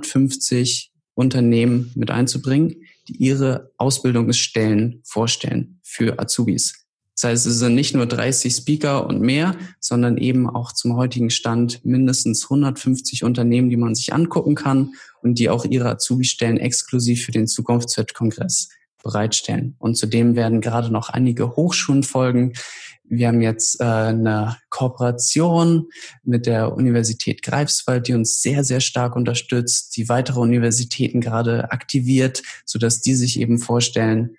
Speaker 3: 150 Unternehmen mit einzubringen, die ihre Ausbildungsstellen vorstellen für Azubis. Das heißt, es sind nicht nur 30 Speaker und mehr, sondern eben auch zum heutigen Stand mindestens 150 Unternehmen, die man sich angucken kann und die auch ihre Azubi-Stellen exklusiv für den Zukunftsfit-Kongress bereitstellen. Und zudem werden gerade noch einige Hochschulen folgen. Wir haben jetzt eine Kooperation mit der Universität Greifswald, die uns sehr, sehr stark unterstützt, die weitere Universitäten gerade aktiviert, sodass die sich eben vorstellen.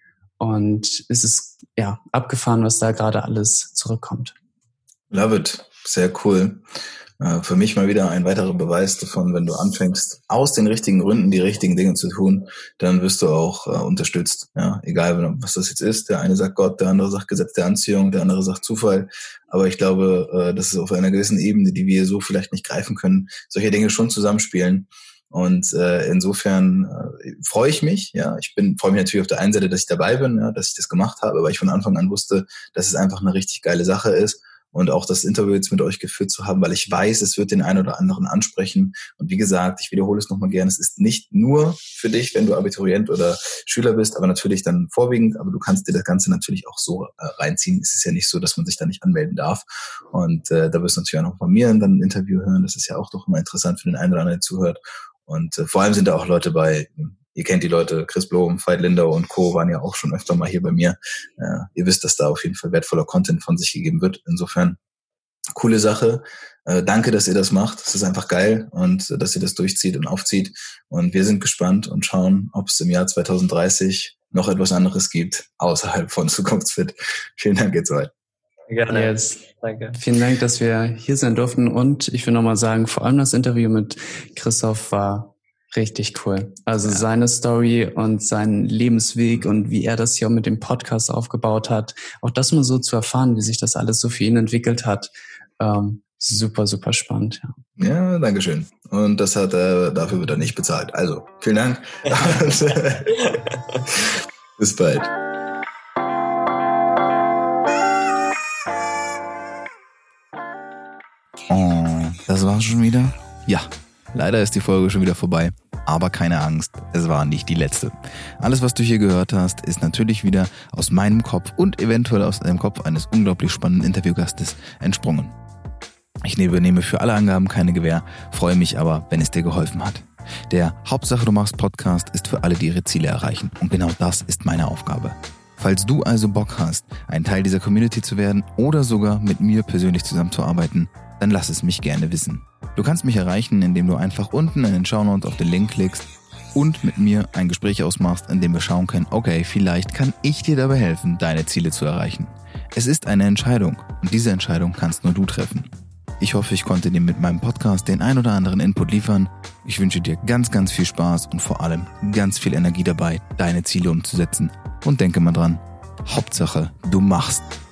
Speaker 3: Und es ist abgefahren, was da gerade alles zurückkommt.
Speaker 1: Love it. Sehr cool. Für mich mal wieder ein weiterer Beweis davon, wenn du anfängst, aus den richtigen Gründen die richtigen Dinge zu tun, dann wirst du auch unterstützt. Ja, egal, was das jetzt ist. Der eine sagt Gott, der andere sagt Gesetz der Anziehung, der andere sagt Zufall. Aber ich glaube, das ist auf einer gewissen Ebene, die wir so vielleicht nicht greifen können, solche Dinge schon zusammenspielen. Und insofern freue ich mich. Ja, freue mich natürlich auf der einen Seite, dass ich dabei bin, ja, dass ich das gemacht habe, weil ich von Anfang an wusste, dass es einfach eine richtig geile Sache ist. Und auch das Interview jetzt mit euch geführt zu haben, weil ich weiß, es wird den einen oder anderen ansprechen. Und wie gesagt, ich wiederhole es nochmal gerne, es ist nicht nur für dich, wenn du Abiturient oder Schüler bist, aber natürlich dann vorwiegend, aber du kannst dir das Ganze natürlich auch so reinziehen. Es ist ja nicht so, dass man sich da nicht anmelden darf. Und da wirst du natürlich auch noch von mir dann ein Interview hören. Das ist ja auch doch immer interessant für den einen oder anderen, der zuhört. Und vor allem sind da auch Leute bei, ihr kennt die Leute, Chris Blom, Veit Lindau und Co. waren ja auch schon öfter mal hier bei mir. Ihr wisst, dass da auf jeden Fall wertvoller Content von sich gegeben wird. Insofern, coole Sache. Danke, dass ihr das macht. Es ist einfach geil und dass ihr das durchzieht und aufzieht. Und wir sind gespannt und schauen, ob es im Jahr 2030 noch etwas anderes gibt, außerhalb von Zukunftsfit. Vielen Dank, jetzt weit.
Speaker 3: Gerne. Yes. Danke. Vielen Dank, dass wir hier sein durften. Und ich will nochmal sagen, vor allem das Interview mit Christoph war richtig cool. Also seine Story und sein Lebensweg und wie er das hier auch mit dem Podcast aufgebaut hat. Auch das mal so zu erfahren, wie sich das alles so für ihn entwickelt hat. Super, super spannend.
Speaker 1: Ja, danke schön. Und das dafür wird er nicht bezahlt. Also, vielen Dank. Bis bald. Oh, das war's schon wieder? Ja, leider ist die Folge schon wieder vorbei. Aber keine Angst, es war nicht die letzte. Alles, was du hier gehört hast, ist natürlich wieder aus meinem Kopf und eventuell aus dem Kopf eines unglaublich spannenden Interviewgastes entsprungen. Ich übernehme für alle Angaben keine Gewähr, freue mich aber, wenn es dir geholfen hat. Der Hauptsache du machst Podcast ist für alle, die ihre Ziele erreichen. Und genau das ist meine Aufgabe. Falls du also Bock hast, ein Teil dieser Community zu werden oder sogar mit mir persönlich zusammenzuarbeiten, dann lass es mich gerne wissen. Du kannst mich erreichen, indem du einfach unten in den Shownotes auf den Link klickst und mit mir ein Gespräch ausmachst, in dem wir schauen können, okay, vielleicht kann ich dir dabei helfen, deine Ziele zu erreichen. Es ist eine Entscheidung und diese Entscheidung kannst nur du treffen. Ich hoffe, ich konnte dir mit meinem Podcast den ein oder anderen Input liefern. Ich wünsche dir ganz, ganz viel Spaß und vor allem ganz viel Energie dabei, deine Ziele umzusetzen. Und denke mal dran, Hauptsache, du machst.